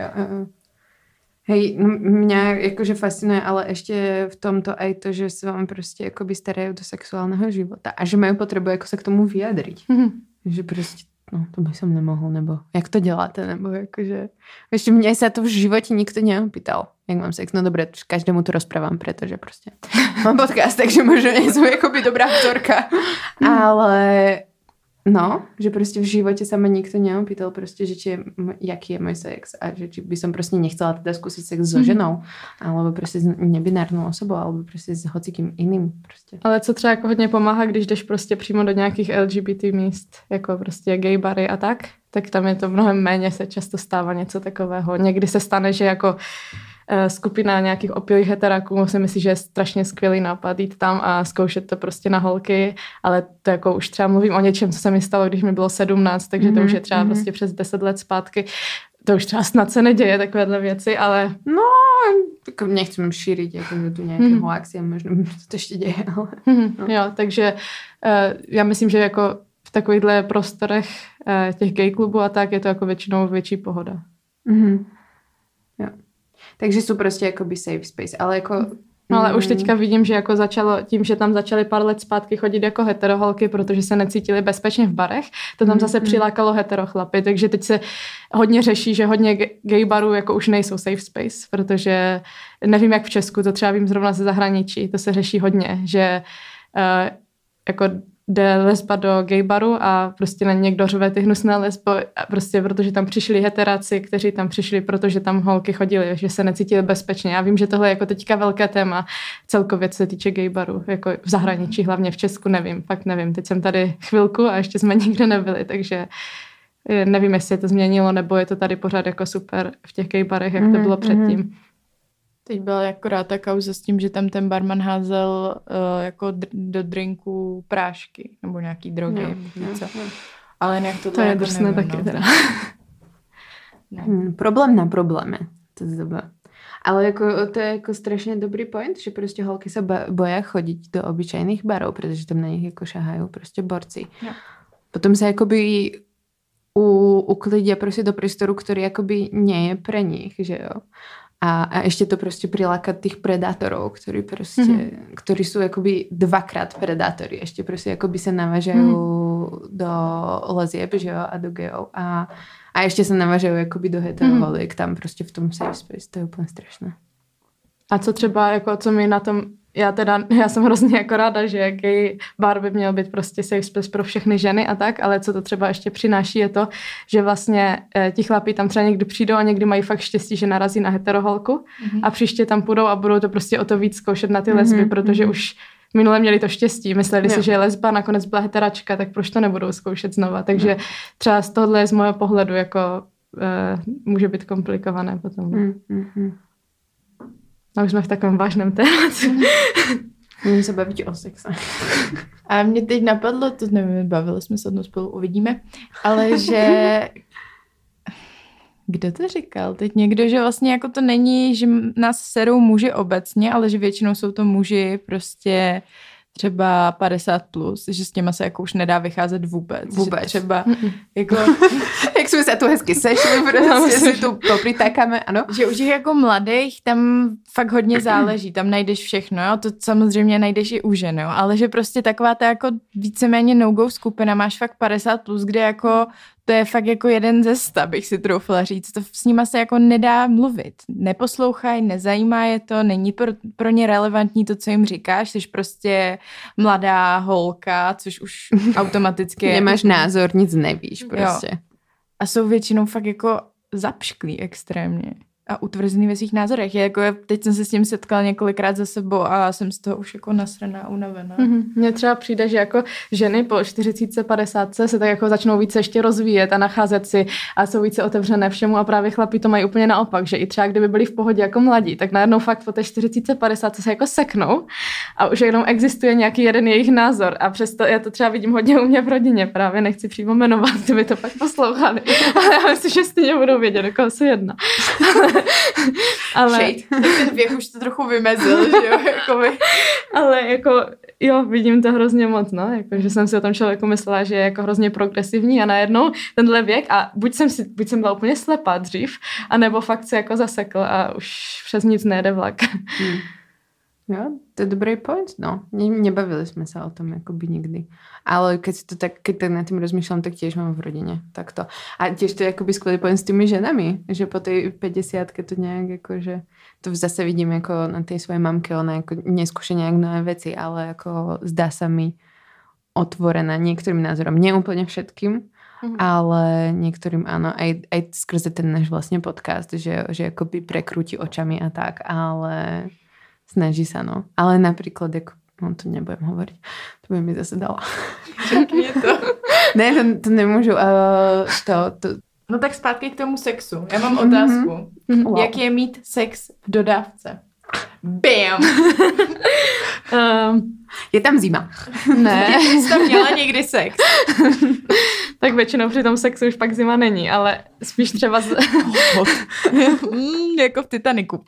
Hej, mě jakože fascinuje, ale ještě v tomto aj to, že se vám prostě jakoby starají do sexuálního života a že mají potřebu jako se k tomu vyjadřit. Že prostě no, to by som nemohl, nebo jak to děláte, nebo jakože... Ještě mě se to v životě nikto neopýtal, jak mám sex. No dobré, každému to rozprávám, protože prostě mám podcast, takže možná nejsem jakoby dobrá vzorka. Ale No, že prostě v životě sa ma nikto neopýtal prostě, že jaký je môj sex a že či by som prostě nechcela teda skúsiť sex so ženou, alebo prostě s nebinárnou osobou, alebo prostě s hocikým iným prostě. Ale co třeba jako hodně pomáhá, když jdeš prostě přímo do nějakých LGBT míst, jako prostě gay bary a tak tam je to mnohem méně, se často stává něco takového. Někdy se stane, že jako skupina nějakých opilých heteráků si myslí, že je strašně skvělý nápad jít tam a zkoušet to prostě na holky, ale to jako už třeba mluvím o něčem, co se mi stalo, když mi bylo 17, takže to už je třeba prostě přes 10 let zpátky. To už třeba snad se neděje takovéhle věci, ale... No, tak nechcem šířit jako tu nějaké hoaxy, možná to ještě děje, ale... No. Jo, takže já myslím, že jako v takovýchhle prostorech těch gay klubů a tak je to jako většinou větší pohoda. Jo. Takže jsou prostě jakoby safe space, ale jako... No ale už teďka vidím, že jako začalo tím, že tam začaly pár let zpátky chodit jako heteroholky, protože se necítili bezpečně v barech, to tam zase přilákalo heterochlapy, takže teď se hodně řeší, že hodně gay barů jako už nejsou safe space, protože nevím jak v Česku, to třeba vím zrovna ze zahraničí, to se řeší hodně, že jako jde lesba do gay baru a prostě na někdo řve ty hnusné lesbo, prostě protože tam přišli heteráci, kteří tam přišli, protože tam holky chodily, že se necítili bezpečně. Já vím, že tohle je jako teďka velké téma celkově, co se týče gay baru, jako v zahraničí, hlavně v Česku, nevím, fakt nevím. Teď jsem tady chvilku a ještě jsme nikde nebyli, takže nevím, jestli to změnilo, nebo je to tady pořád jako super v těch gay barech, jak to bylo předtím. Teď byla akorát ta kauza s tím, že tam ten barman házel jako do drinku prášky nebo nějaký drogy. Ale jinak to je drsné taky teda. Problém na probléme. Ale jako, to je jako strašně dobrý point, že prostě holky se boja chodit do obyčejných barů, protože tam na nich jako šahají prostě borci. No. Potom se jakoby uklidia prostě do priestoru, ktorý jakoby nie je pre nich, že jo. A ešte to prostě priláka tých predátorov, ktorí prostě, ktorí sú akoby dvakrát predátori. Ešte prostě akoby sa navážajú do lezieb, že jo, a do geov. A ešte sa navážajú akoby do heteroholik tam prostě v tom safe space. To je úplně strašné. A co třeba, jako co mi na tom, já jsem hrozně jako ráda, že gay bar by měl být prostě safe space pro všechny ženy a tak, ale co to třeba ještě přináší je to, že vlastně ti chlapí tam třeba někdy přijdou a někdy mají fakt štěstí, že narazí na heteroholku a příště tam půjdou a budou to prostě o to víc zkoušet na ty lesby, protože už minule měli to štěstí, mysleli si, že je lesba, nakonec byla heteračka, tak proč to nebudou zkoušet znova, takže třeba z tohohle z mého pohledu jako může být komplikované potom. No už jsme v takovém vážném tématu. Můžeme se bavit o sexe. A mě teď napadlo, to nevím, bavili jsme se jednou spolu, uvidíme, ale že... Kdo to říkal? Teď někdo, že vlastně jako to není, že nás serou muži obecně, ale že většinou jsou to muži prostě třeba 50 plus, že s těma se jako už nedá vycházet vůbec. Vůbec. Že třeba jako... Jak jsme se tu hezky sešli, prostě si tu popritákáme, ano. Že u těch jako mladých tam fakt hodně záleží, tam najdeš všechno, jo? To samozřejmě najdeš i u žen, jo? Ale že prostě taková ta jako víceméně no-go skupina, máš fakt 50 plus, kde jako to je fakt jako jeden ze 100, bych si troufla říct. To s nima se jako nedá mluvit. Neposlouchaj, nezajímá je to, není pro ně relevantní to, co jim říkáš, jsi prostě mladá holka, což už automaticky... Nemáš názor, nic nevíš prostě. Jo. A jsou většinou fakt jako zapšklí extrémně a utvrzený ve svých názorech. Teď jsem se s tím setkala několikrát za sebou a jsem z toho už jako nasraná a unavená. Mně třeba přijde, že jako ženy po 40, 50 se tak jako začnou více ještě rozvíjet a nacházet si a jsou více otevřené všemu a právě chlapi to mají úplně naopak, že i třeba kdyby byli v pohodě jako mladí, tak najednou fakt po té 40, 50 se jako seknou a už jenom existuje nějaký jeden jejich názor a přesto já to třeba vidím hodně u mě v rodině, právě nechci přímo jmenovat, kdyby to pak poslouchali, ale já myslím, že stejně budou vědět, do koho se jedná. Ale ten věk už to trochu vymezil, že jo, jakoby. Ale jako, jo, vidím to hrozně moc, no, jako, že jsem si o tom člověku myslela, že je jako hrozně progresivní a najednou tenhle věk a buď jsem byla úplně slepá dřív, anebo fakt se jako zasekl a už přes nic nejde vlak. Jo, to je dobrý point, no. Nebavili jsme se o tom jakoby nikdy. Ale keď tak nad tým rozmýšľam, tak tiež mám v rodine takto. A tiež to je jakoby skvělý point s tými ženami, že po tej 50-ke to nějak jakože, to zase vidím jako na tej svojej mamke, ona jako neskúša nějak nové veci, ale jako zdá sa mi otvorená niektorým názorom. Nie úplne všetkým, ale niektorým áno. Aj skrze ten náš vlastne podcast, že akoby prekrúti očami a tak, ale snaží sa, no. Ale napríklad, to nebudem hovoriť. To by mi zase dala. Řekni to. Ne, to nemôžu. No tak zpátky k tomu sexu. Já mám otázku. Wow. Jak je mít sex v dodávce? Bam! Je tam zima. Ne. Jsi tam měla někdy sex? Tak většinou při tom sexu už pak zima není, ale spíš třeba... Jako v Titaniku.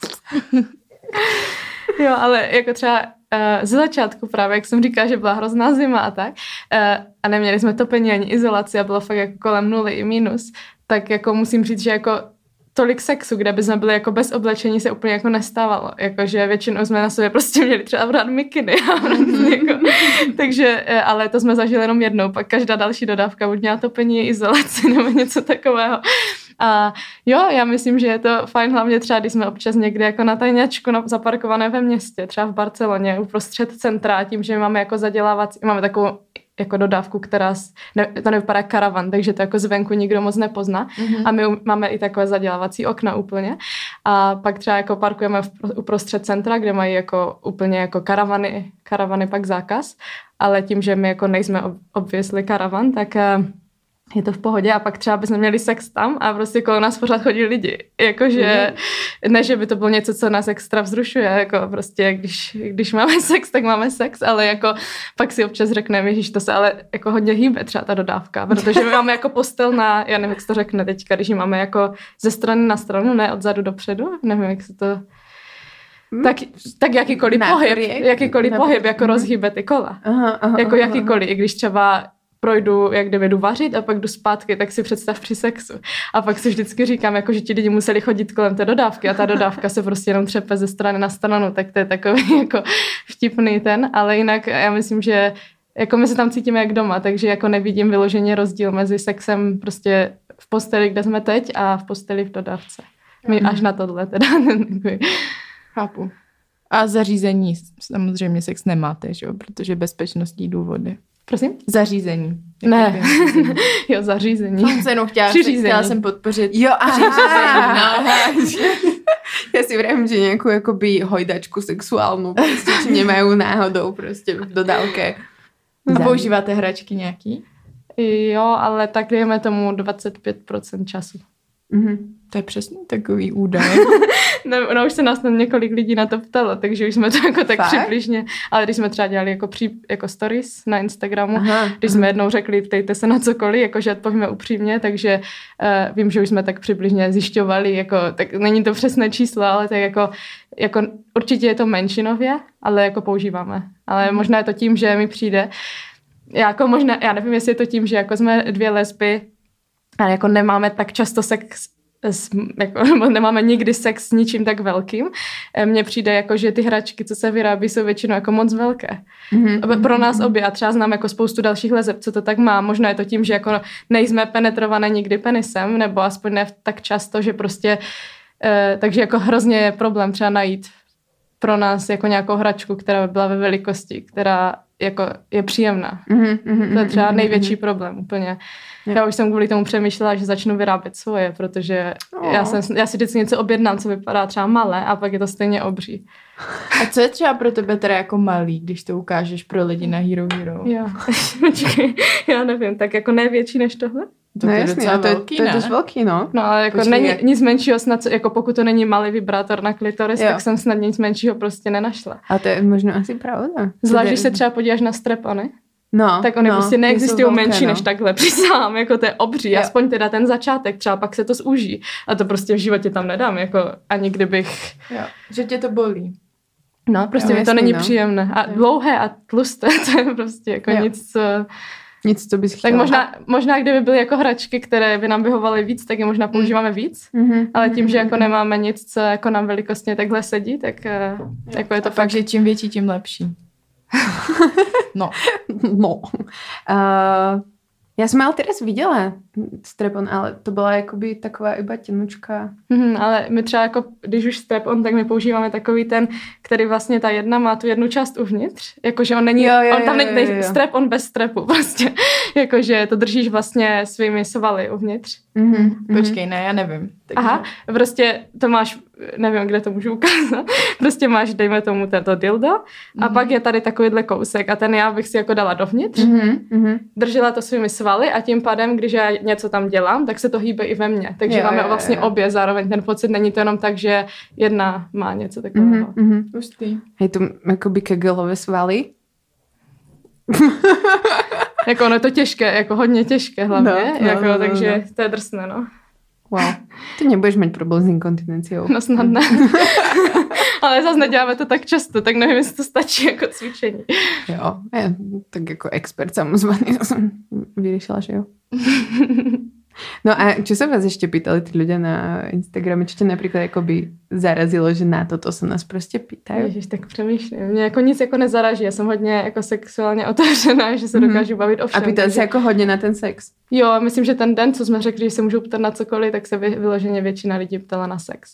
Jo, ale jako třeba ze začátku právě, jak jsem říkala, že byla hrozná zima a tak, a neměli jsme topení ani izolaci a bylo fakt jako kolem 0 i minus, tak jako musím říct, že jako tolik sexu, kde by jsme byli jako bez oblečení, se úplně jako nestávalo. Jakože většinou jsme na sobě prostě měli třeba brát mikiny. Jako, takže, ale to jsme zažili jenom jednou, pak každá další dodávka buď měla topení, izolaci nebo něco takového. A jo, já myslím, že je to fajn, hlavně třeba, když jsme občas někde jako na tajňačku zaparkované ve městě, třeba v Barceloně, uprostřed centra, tím, že máme jako zadělávací, máme takovou jako dodávku, která to nevypadá karavan, takže to jako zvenku nikdo moc nepozná. A my máme i takové zadělávací okna úplně. A pak třeba jako parkujeme uprostřed centra, kde mají jako úplně jako karavany pak zákaz, ale tím, že my jako nejsme obvěsli karavan, tak je to v pohodě a pak třeba bychom měli sex tam a prostě kolem nás pořád chodí lidi. Jakože ne, že by to bylo něco, co nás extra vzrušuje, jako prostě když máme sex, tak máme sex, ale jako pak si občas řekneme, ježiš, to se ale jako hodně hýbe třeba ta dodávka, protože my máme jako postel na, já nevím, jak se to řekne teďka, když ji máme jako ze strany na stranu, ne odzadu dopředu, nevím, jak se to... Tak jakýkoliv pohyb, jako rozhýbe ty kola. Jako jakýkoliv, i když třeba projdu, jak kdyby jdu vařit a pak jdu zpátky, tak si představ při sexu. A pak si vždycky říkám, jako, že ti lidi museli chodit kolem té dodávky a ta dodávka se prostě jenom třepe ze strany na stranu, tak to je takový jako vtipný ale jinak já myslím, že jako my se tam cítíme jak doma, takže jako nevidím vyloženě rozdíl mezi sexem prostě v posteli, kde jsme teď a v posteli v dodávce. My až na tohle teda. Chápu. A zařízení samozřejmě sex nemáte, že jo? Protože bezpečnostní důvody. Prosím? Zařízení. Ne. Jo, zařízení. Jsem se jenom chtěla jsem podpořit. Jo, ja si vravím, že nejakú akoby hojdačku sexuálnu, prostě, či nemajú náhodou prostě v dodávke. A používáte hračky nějaký? Jo, ale tak dejme tomu 25% času. To je přesně takový údaj. No už se nás tam několik lidí na to ptalo, takže už jsme to jako tak přibližně, ale když jsme třeba dělali jako stories na Instagramu, když jsme jednou řekli, ptejte se na cokoliv, jakože odpovíme upřímně, takže vím, že už jsme tak přibližně zjišťovali, jako, tak není to přesné číslo, ale tak jako určitě je to menšinově, ale jako používáme. Ale možná je to tím, že mi přijde, jako možná, já nevím, jestli je to tím, že jako jsme 2 lesby, ale jako nemáme tak často sex, jako, nemáme nikdy sex s ničím tak velkým. Mně přijde jako, že ty hračky, co se vyrábí, jsou většinou jako moc velké. Pro nás obě a třeba znám jako spoustu dalších leseb, co to tak má. Možná je to tím, že jako nejsme penetrované nikdy penisem, nebo aspoň ne tak často, že prostě takže jako hrozně je problém třeba najít pro nás jako nějakou hračku, která by byla ve velikosti, která jako je příjemná. To je třeba největší problém úplně. Já už jsem kvůli tomu přemýšlela, že začnu vyrábět svoje, protože já si vždycky něco objednám, co vypadá třeba malé a pak je to stejně obří. A co je třeba pro tebe teda jako malý, když to ukážeš pro lidi na Hero Hero? Jo, já nevím, tak jako ne větší než tohle? No jasně, to je dost velký, no. No ale jako není nic menšího snad, jako pokud to není malý vibrátor na klitoris, tak jsem snad nic menšího prostě nenašla. A to je možná asi pravda. Zvlášť, když se třeba podíváš na strepany, no, tak oni prostě neexistují menší než takhle, přisám, jako to je obří, aspoň teda ten začátek, třeba pak se to zúží. A to prostě v životě tam nedám, jako ani kdybych... Jo, že tě to bolí. No, prostě mi to není příjemné. A dlouhé a tlusté, to je prostě jako nic, co bys chtěla. Tak možná kdyby byly jako hračky, které by nám vyhovaly víc, tak je možná používáme víc, ale tím, že jako nemáme nic, co jako nám velikostně takhle sedí, tak jako je to fakt, že čím větší, tím lepší. No. Já jsem ale teraz viděla strap-on, ale to byla jakoby taková iba tenučka. Ale my třeba jako, když už strap-on, tak my používáme takový ten, který vlastně ta jedna má tu jednu část uvnitř. Jakože on není, on tam není strap-on bez strapu prostě. Jakože to držíš vlastně svými svaly uvnitř. Počkej, ne, já nevím. Takže... Aha, prostě to máš, nevím, kde to můžu ukázat, prostě máš, dejme tomu tento dildo a pak je tady takovýhle kousek a ten já bych si jako dala dovnitř, držela to svými svaly a tím pádem, když já něco tam dělám, tak se to hýbe i ve mně. Takže máme vlastně obě zároveň ten pocit, není to jenom tak, že jedna má něco takového. Pustý. Hej, tu jakoby kegelové svaly. Jako ono je to těžké, jako hodně těžké hlavně, takže to je drsné, no. Wow. Ty nebudeš mít problém s inkontinenciou. No snad ne. Ale zase neděláme to tak často, tak nevím, jestli to stačí jako cvičení. Jo, já, tak jako expert samozvaný jsem vyřešila, že jo. No a čo sa vás ešte pýtali tí ľudia na Instagrame? Čo ťa napríklad akoby zarazilo, že na toto sa nás prostě pýtají? Ježiš, tak přemýšlím. Mě jako nic jako nezaraží. Já jsem hodně jako sexuálně otevřená, že se dokážu bavit o všem. A pýtali se jako hodně na ten sex? Jo, myslím, že ten den, co jsme řekli, že se můžou ptat na cokoliv, tak se vyloženě většina lidí ptala na sex.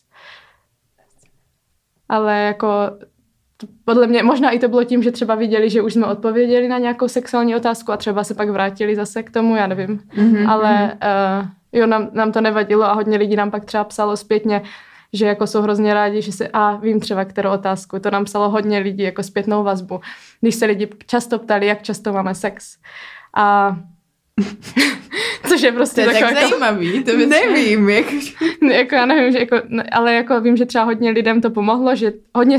Ale jako podle mě, možná i to bylo tím, že třeba viděli, že už jsme odpověděli na nějakou sexuální otázku a třeba se pak vrátili zase k tomu, já nevím. Ale jo, nám to nevadilo a hodně lidí nám pak třeba psalo zpětně, že jako jsou hrozně rádi, že si, vím třeba, kterou otázku. To nám psalo hodně lidí jako zpětnou vazbu. Když se lidi často ptali, jak často máme sex. A což je prostě to je tak jako zajímavý. To nevím, jako já nevím, že jako, ale jako vím, že třeba hodně lidem to pomohlo, že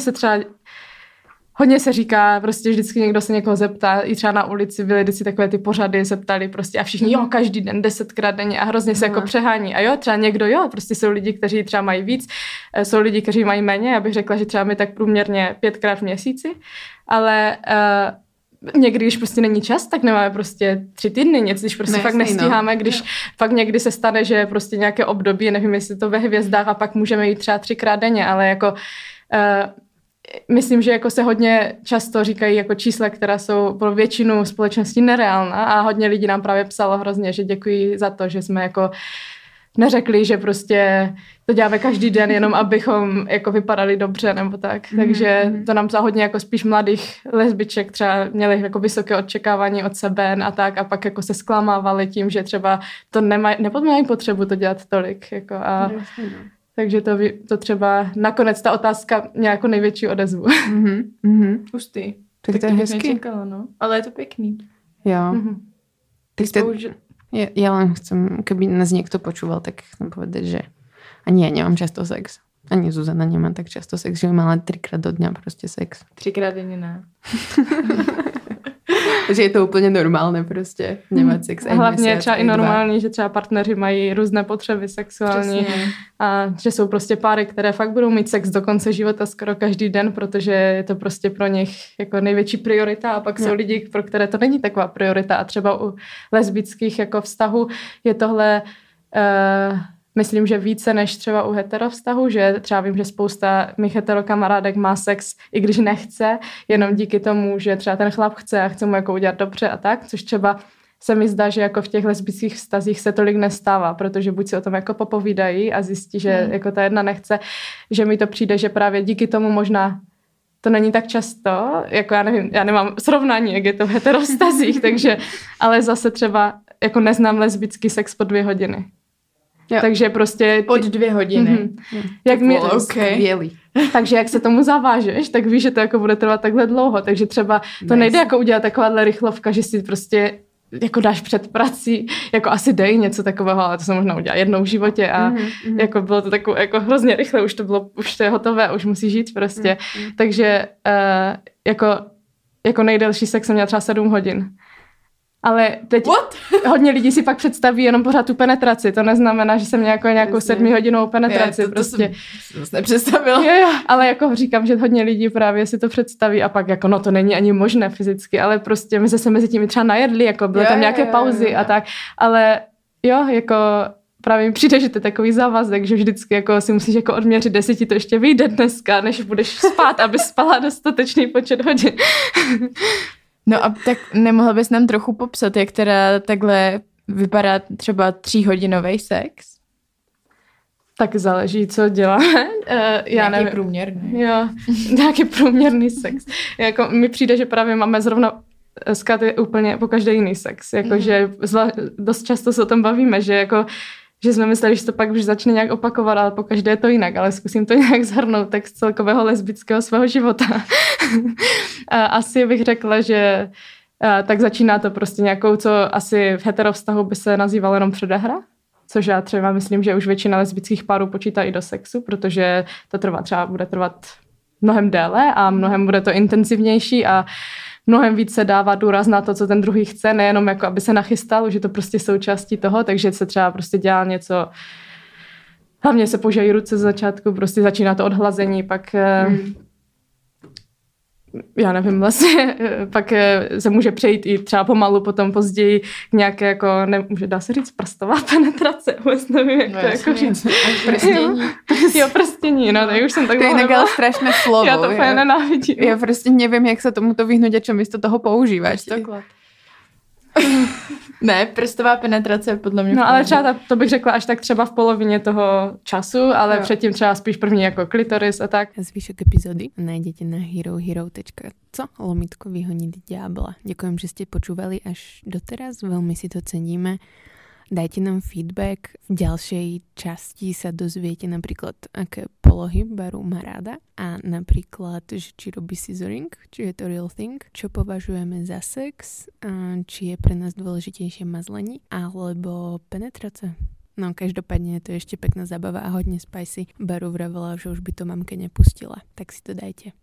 hodně se říká, prostě vždycky někdo se někoho zeptá, i třeba na ulici byly vždycky takové ty pořady, se ptali prostě a všichni, jo, každý den, 10krát denně a hrozně se jako přehání. A jo, třeba někdo, jo, prostě jsou lidi, kteří třeba mají víc, jsou lidi, kteří mají méně, já bych řekla, že třeba my tak průměrně 5krát v měsíci, ale někdy, když prostě není čas, tak nemáme prostě 3 týdny nic, když prostě fakt nestíháme, když fakt někdy se stane, že prostě nějaké období, nevím, jestli to ve hvězdách a pak můžeme jít třeba 3krát denně, ale jako myslím, že jako se hodně často říkají jako čísla, která jsou pro většinu společnosti nereálná a hodně lidí nám právě psalo hrozně, že děkuji za to, že jsme jako neřekli, že prostě to děláme každý den, jenom abychom jako vypadali dobře nebo tak. Takže to nám psalo hodně jako spíš mladých lesbiček, třeba měli jako vysoké očekávání od sebe a tak a pak jako se zklamávali tím, že třeba to nemají potřebu to dělat tolik. Jako a takže to třeba nakonec ta otázka měla jako největší odezvu. Pustý. Tak to je hezky. Nečekala, no. Ale je to pěkný. Jo. Ja len chcem, keby nás niekto počúval, tak chcem povedať, že ani ja nemám často sex. Ani Zuzana nemá tak často sex, že má 3krát do dňa prostě sex. 3krát denně ne. Takže je to úplně normálne prostě nemať sex. Hlavně je třeba i normální, že třeba partneři mají různé potřeby sexuální. Přesně. A že jsou prostě páry, které fakt budou mít sex do konce života skoro každý den, protože je to prostě pro nich jako největší priorita a pak jsou lidi, pro které to není taková priorita a třeba u lesbických jako vztahů je tohle myslím, že více než třeba u heterovztahu, že třeba vím, že spousta mých heterokamarádek má sex, i když nechce, jenom díky tomu, že třeba ten chlap chce a chce mu jako udělat dobře a tak, což třeba se mi zdá, že jako v těch lesbických vztazích se tolik nestává, protože buď si o tom jako popovídají a zjistí, že jako ta jedna nechce, že mi to přijde, že právě díky tomu možná to není tak často, jako já nevím, já nemám srovnání, jak je to v heterovztazích, takže, ale zase třeba jako neznám lesbický sex po 2 hodiny. Jo. Takže prostě... Pod 2 hodiny. Jak mi, skvělý. Takže jak se tomu zavážeš, tak víš, že to jako bude trvat takhle dlouho. Takže třeba to nejde jako udělat takováhle rychlovka, že si prostě jako dáš před prací, jako asi dej něco takového, ale to se možná udělá jednou v životě a jako bylo to takové jako hrozně rychle, už to je hotové, už musíš žít prostě. Takže jako nejdelší sex jsem měla třeba 7 hodin. Ale teď hodně lidí si pak představí jenom pořád tu penetraci. To neznamená, že jsem měla jako nějakou 7hodinovou penetraci. To prostě. jsem nepředstavila. Jo, ale jako říkám, že hodně lidí právě si to představí a pak jako no to není ani možné fyzicky, ale prostě my se mezi tím třeba najedli, jako byly tam nějaké pauzy a tak. Ale jo, jako právě mi přijde, že to je takový závazek, že vždycky jako si musíš jako odměřit, jestli ti to ještě vyjde dneska, než budeš spát, aby spala dostatečný počet hodin. No a tak nemohla bys nám trochu popsat, jak teda takhle vypadá třeba 3hodinový sex? Tak záleží, co děláme. Já nevím. Průměrný. Jo, nějaký průměrný sex. Jako, mi přijde, že právě máme zrovna skáty úplně po každý jiný sex. Jakože dost často se o tom bavíme, že jsme mysleli, že to pak už začne nějak opakovat, ale po každé je to jinak, ale zkusím to nějak zhrnout tak z celkového lesbického svého života. Asi bych řekla, že tak začíná to prostě nějakou, co asi v heterovztahu by se nazývalo jenom předehra, což já třeba myslím, že už většina lesbických párů počítá i do sexu, protože to bude trvat mnohem déle a mnohem bude to intenzivnější a mnohem víc se dává důraz na to, co ten druhý chce, nejenom jako aby se nachystal, už je to prostě součástí toho, takže se třeba prostě dělá něco, hlavně se používají ruce z začátku, prostě začíná to od hlazení, pak já nevím vlastně, pak se může přejít i třeba pomalu, potom později k nějaké jako, dá se říct prstová penetrace, vůbec nevím, jak to jako říct. Prstění. Jo, prstění, no, tak už jsem tak to je jinak ale strašné slovo. Já to úplně nenávidím. Já prostě nevím, jak se tomuto vyhnout a čo místo toho používat. Ne, prstová penetrace podle mě. No ale třeba to bych řekla až tak třeba v polovině toho času, ale předtím třeba spíš první jako klitoris a tak. Zvyšok epizódy nájdete na herohero.co/vyhoniť diabla. Ďakujem, že ste počúvali až doteraz, veľmi si to ceníme. Dajte nám feedback. V ďalšej časti sa dozviete napríklad, aké polohy baru má ráda a napríklad, že či robí scissoring, či je to real thing, čo považujeme za sex, či je pre nás dôležitejšie mazlenie alebo penetrace. No každopádne je to ešte pekná zábava a hodne spicy. Baru vravela, že už by to mamke nepustila. Tak si to dajte.